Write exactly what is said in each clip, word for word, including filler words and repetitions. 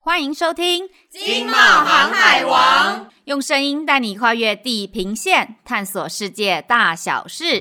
欢迎收听《 金茂航海王》， 用声音带你跨越地平线，探索世界大小事。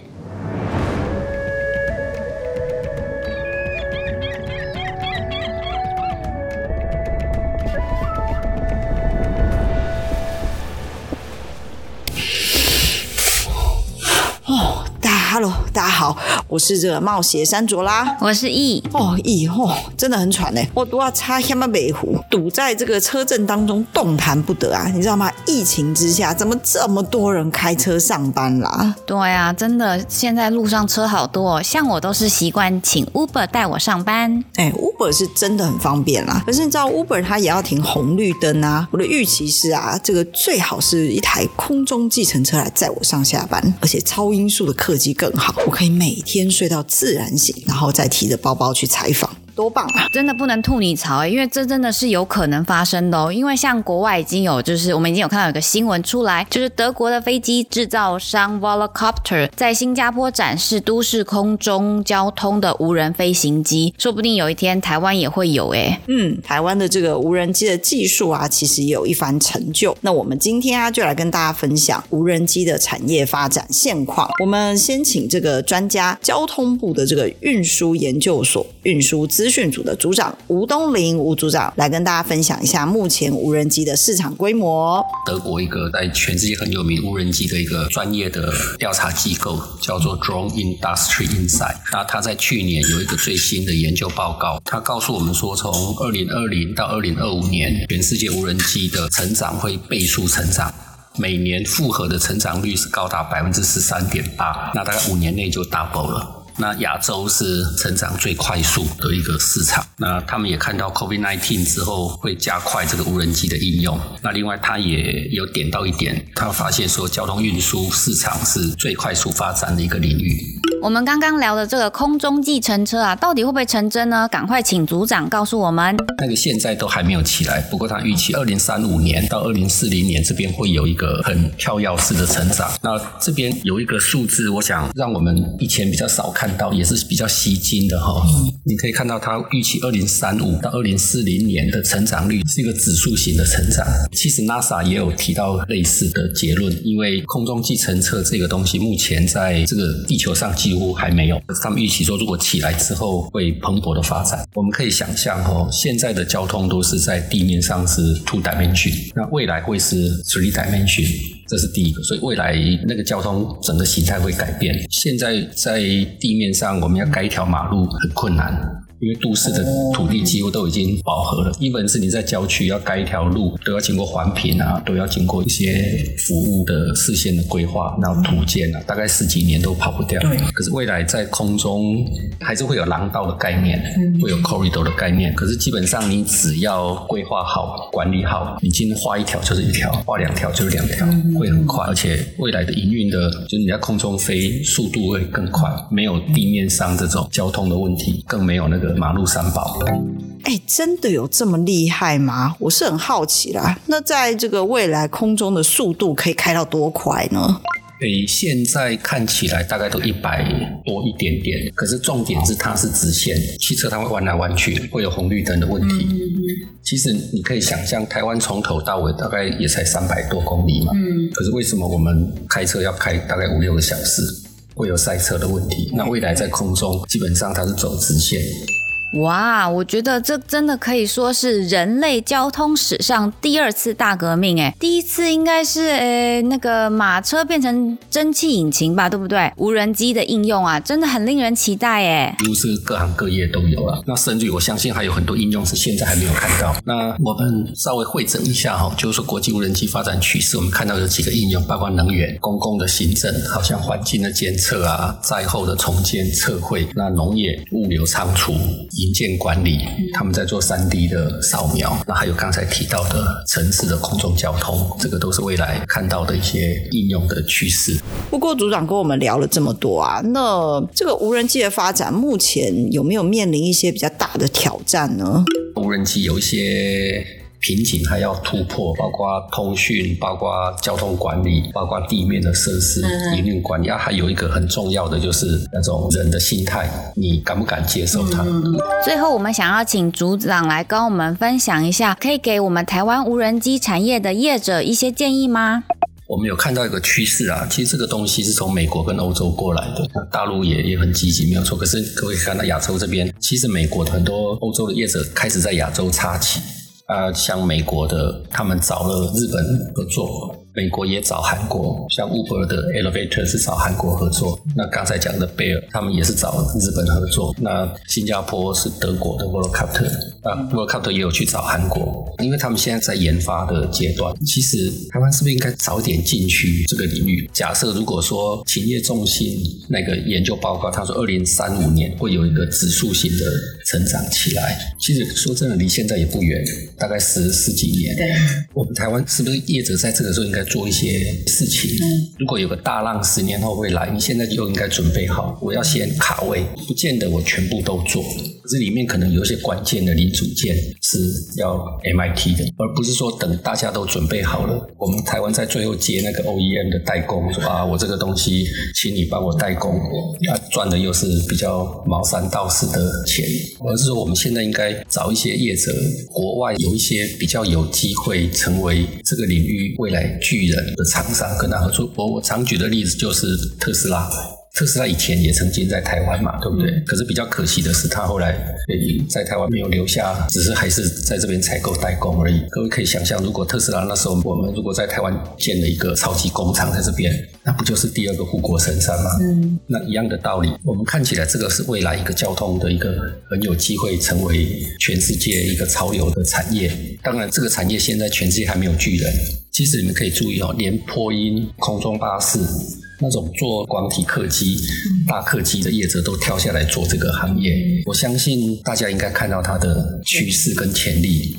哦，大家 Hello， 大家好，我是这个冒险山卓拉， 我是易。 哦，易哦，真的很喘哎，我都要插下马北湖，堵在这个车阵当中动弹不得啊！你知道吗？疫情之下，怎么这么多人开车上班啦？ 对啊，真的，现在路上车好多哦，像我都是习惯请 Uber 带我上班。 哎 ，Uber 是真的很方便啦，可是你知道 Uber 它也要停红绿灯啊。我的预期是啊，这个最好是一台空中计程车来载我上下班，而且超音速的客机更好，我可以每天睡到自然醒，然后再提着包包去采访。多棒啊！ 真的不能吐你槽欸，因为这真的是有可能发生的哦。因为像国外已经有，就是我们已经有看到有个新闻出来，就是德国的飞机制造商 Volocopter 在新加坡展示都市空中交通的无人飞行机，说不定有一天台湾也会有诶。 嗯，台湾的这个无人机的技术啊，其实也有一番成就。那我们今天啊，就来跟大家分享无人机的产业发展现况。我们先请这个专家，交通部的这个运输研究所运输资资讯组的组长吴东林吴组长来跟大家分享一下目前无人机的市场规模。 德国一个在全世界很有名无人机的一个专业的调查机构叫做 Drone Industry Insight， 那他在去年有一个最新的研究报告，他告诉我们说从二零二零到二零二五年全世界无人机的成长会倍数成长，每年复合的成长率是高达 百分之十三点八， 那大概五年内就 double 了。那亚洲是成长最快速的一个市场，那他们也看到 COVID 十九 之后会加快这个无人机的应用。那另外他也有点到一点，他发现说交通运输市场是最快速发展的一个领域。 我们刚刚聊的这个空中计程车啊，到底会不会成真呢？赶快请组长告诉我们。 那个现在都还没有起来，不过他预期二零三五年到二零四零年这边会有一个很跳跃式的成长。那这边有一个数字，我想让我们以前比较少看到，也是比较吸睛的哈。你可以看到他预期二零三五到二零四零年的成长率是一个指数型的成长。其实 NASA 也有提到类似的结论，因为空中计程车这个东西目前在这个地球上几乎还没有，他们预期说如果起来之后会蓬勃的发展。我们可以想象哦，现在的交通都是在地面上是 two dimension， 那未来会是 three dimension， 这是第一个，所以未来那个交通整个形态会改变。现在在地面上我们要盖一条马路很困难，因为都市的土地几乎都已经饱和了，一本是你在郊区要盖一条路都要经过环评啊，都要经过一些服务的事先的规划，然后土建啊，大概十几年都跑不掉。对。可是未来在空中还是会有廊道的概念，会有 corridor 的概念，可是基本上你只要规划好管理好，你今天画一条就是一条，画两条就是两条，会很快。而且未来的营运的就是你在空中飞速度会更快，没有地面上这种交通的问题，更没有那个马路三宝。 哎，真的有这么厉害吗？我是很好奇啦。那在这个未来空中的速度可以开到多快呢？ 诶，现在看起来大概都一百多一点点，可是重点是它是直线，汽车它会弯来弯去，会有红绿灯的问题。嗯、其实你可以想象，台湾从头到尾大概也才三百多公里嘛，嗯、可是为什么我们开车要开大概五六个小时？会有塞车的问题。那未来在空中基本上它是走直线。 哇，我觉得这真的可以说是人类交通史上第二次大革命诶。第一次应该是诶那个马车变成蒸汽引擎吧，对不对？无人机的应用啊，真的很令人期待诶。 几乎是各行各业都有了，那甚至我相信还有很多应用是现在还没有看到。那我们稍微汇整一下哈，就是说国际无人机发展趋势，我们看到有几个应用，包括能源、公共的行政，好像环境的监测啊、灾后的重建测绘，那农业、物流仓储、营建管理，他们在做 三 D 的扫描，那还有刚才提到的城市的空中交通，这个都是未来看到的一些应用的趋势。 不过组长跟我们聊了这么多啊，那这个无人机的发展目前有没有面临一些比较大的挑战呢？ 无人机有一些瓶颈还要突破，包括通讯，包括交通管理，包括地面的设施、营运管理、啊、还有一个很重要的就是那种人的心态，你敢不敢接受它？嗯、 最后我们想要请组长来跟我们分享一下，可以给我们台湾无人机产业的业者一些建议吗？ 我们有看到一个趋势啊，其实这个东西是从美国跟欧洲过来的，大陆也也很积极，没有错。可是各位看到亚洲这边，其实美国的很多欧洲的业者开始在亚洲插旗啊，像美国的他们找了日本合作，美国也找韩国，像 Uber 的 Elevator 是找韩国合作，那刚才讲的 Bear 他们也是找日本合作，那新加坡是德国的 Volocopter 啊 Volocopter 也有去找韩国，因为他们现在在研发的阶段。其实台湾是不是应该早点进去这个领域？假设如果说勤业重心那个研究报告他说二零三五年会有一个指数型的成长起来，其实说真的离现在也不远，大概十十几年。对，我们台湾是不是业者在这个时候应该做一些事情？嗯，如果有个大浪十年后会来，你现在就应该准备好，我要先卡位，不见得我全部都做，可是里面可能有一些关键的零组件是要 M I T 的，而不是说等大家都准备好了，我们台湾在最后接那个 O E M 的代工，说啊我这个东西请你帮我代工，啊赚的又是比较毛三到四的钱，而是说我们现在应该找一些业者，国外有一些比较有机会成为这个领域未来巨人的厂商跟他合作。我我常举的例子就是特斯拉，特斯拉以前也曾经在台湾嘛，对不对？可是比较可惜的是，他后来在台湾没有留下，只是还是在这边采购代工而已。各位可以想象，如果特斯拉那时候我们如果在台湾建了一个超级工厂在这边，那不就是第二个护国神山吗？嗯，那一样的道理，我们看起来这个是未来一个交通的一个很有机会成为全世界一个超有的产业。当然，这个产业现在全世界还没有巨人。其实你们可以注意哦，连波音、空中巴士那种做广体客机、大客机的业者都跳下来做这个行业，我相信大家应该看到它的趋势跟潜力。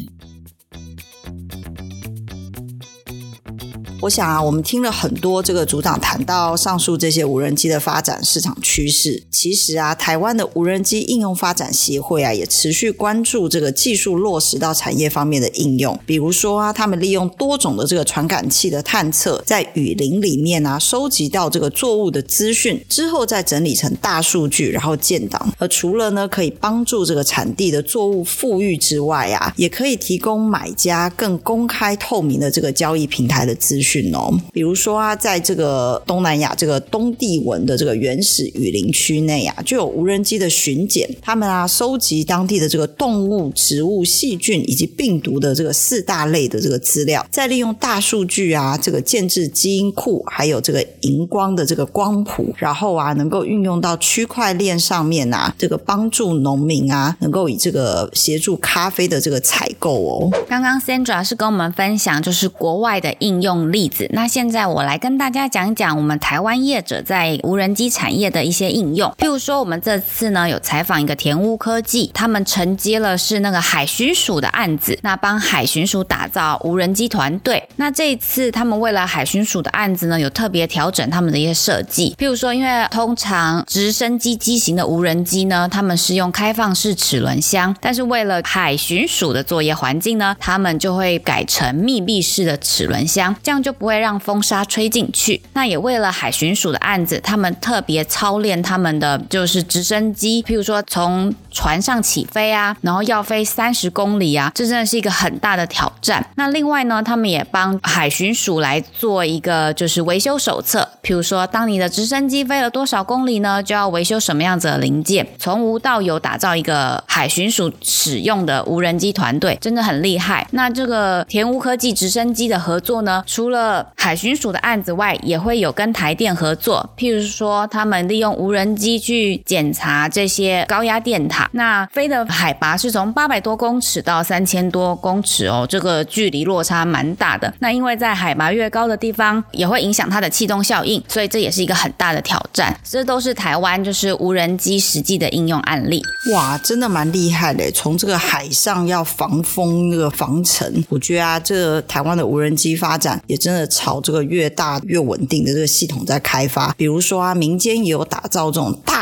我想啊，我们听了很多这个组长谈到上述这些无人机的发展市场趋势，其实啊，台湾的无人机应用发展协会啊，也持续关注这个技术落实到产业方面的应用。比如说啊，他们利用多种的这个传感器的探测，在雨林里面啊，收集到这个作物的资讯之后，再整理成大数据，然后建档。而除了呢，可以帮助这个产地的作物富裕之外啊，也可以提供买家更公开透明的这个交易平台的资讯。比如说啊，在这个东南亚这个东帝汶的这个原始雨林区内啊，就有无人机的巡检，他们啊收集当地的这个动物、植物、细菌以及病毒的这个四大类的这个资料，再利用大数据啊，这个建置基因库，还有这个荧光的这个光谱，然后啊能够运用到区块链上面啊，这个帮助农民啊能够以这个协助咖啡的这个采购哦。 刚刚 Sandra 是跟我们分享就是国外的应用例子，那现在我来跟大家讲讲我们台湾业者在无人机产业的一些应用。譬如说我们这次呢有采访一个田屋科技，他们承接了是那个海巡署的案子，那帮海巡署打造无人机团队。那这一次他们为了海巡署的案子呢，有特别调整他们的一些设计。譬如说，因为通常直升机机型的无人机呢，他们是用开放式齿轮箱，但是为了海巡署的作业环境呢，他们就会改成密闭式的齿轮箱，这样就不会让风沙吹进去。那也为了海巡署的案子，他们特别操练他们的就是直升机，譬如说从船上起飞啊，然后要飞三十公里啊，这真的是一个很大的挑战。那另外呢，他们也帮海巡署来做一个就是维修手册，譬如说当你的直升机飞了多少公里呢，就要维修什么样子的零件，从无到有打造一个海巡署使用的无人机团队，真的很厉害。那这个田屋科技直升机的合作呢，除了海巡署的案子外，也会有跟台电合作，譬如说他们利用无人机去检查这些高压电塔，那飞的海拔是从八百多公尺到三千多公尺哦，这个距离落差蛮大的。那因为在海拔越高的地方也会影响它的气动效应，所以这也是一个很大的挑战。这都是台湾就是无人机实际的应用案例。 哇，真的蛮厉害的，从这个海上要防风那个防尘，我觉得啊，这个台湾的无人机发展也真的朝这个越大越稳定的这个系统在开发。比如说啊，民间也有打造这种大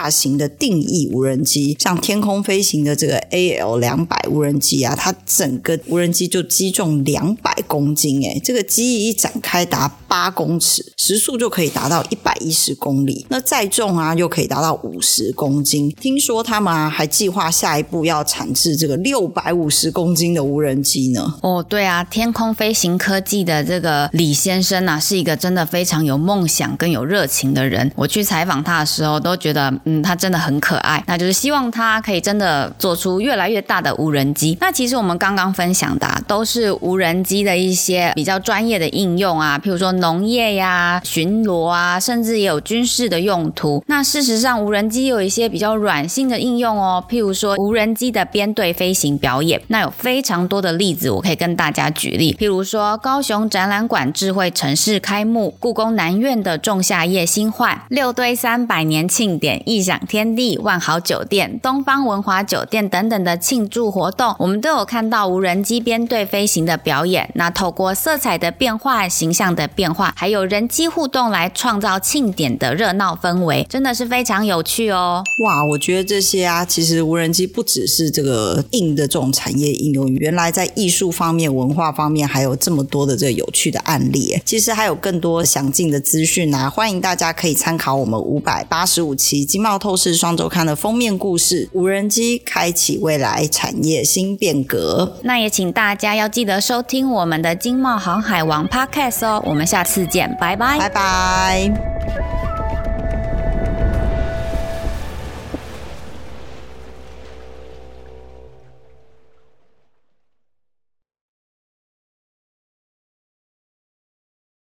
大型的定翼无人机，像天空飞行的这个 A L 两百 无人机啊，它整个无人机就机重两百公斤耶，这个机翼一展开达八公尺，时速就可以达到一百一十公里，那载重啊又可以达到五十公斤。听说他们啊还计划下一步要产制这个六百五十公斤的无人机呢。 哦，对啊，天空飞行科技的这个李先生啊，是一个真的非常有梦想跟有热情的人。我去采访他的时候都觉得嗯，他真的很可爱，那就是希望他可以真的做出越来越大的无人机。那其实我们刚刚分享的、啊、都是无人机的一些比较专业的应用啊，譬如说农业呀、巡逻啊，甚至也有军事的用途。那事实上无人机有一些比较软性的应用哦，譬如说无人机的编队飞行表演，那有非常多的例子我可以跟大家举例，譬如说高雄展览馆智慧城市开幕，故宫南院的仲夏夜新幻，六堆三百年庆典，异想天地，万豪酒店，东方文华酒店等等的庆祝活动，我们都有看到无人机编队飞行的表演。那透过色彩的变化、形象的变化，还有人机互动来创造庆典的热闹氛围，真的是非常有趣哦。 哇，我觉得这些啊，其实无人机不只是这个硬的这种产业应用，原来在艺术方面、文化方面还有这么多的这个有趣的案例。其实还有更多详尽的资讯啊，欢迎大家可以参考我们五百八十五期经贸透视双周刊的封面故事，无人机开启未来产业新变革。 那也请大家要记得收听我们的经贸航海王 Podcast 哦，我们下次见，拜拜， 拜拜。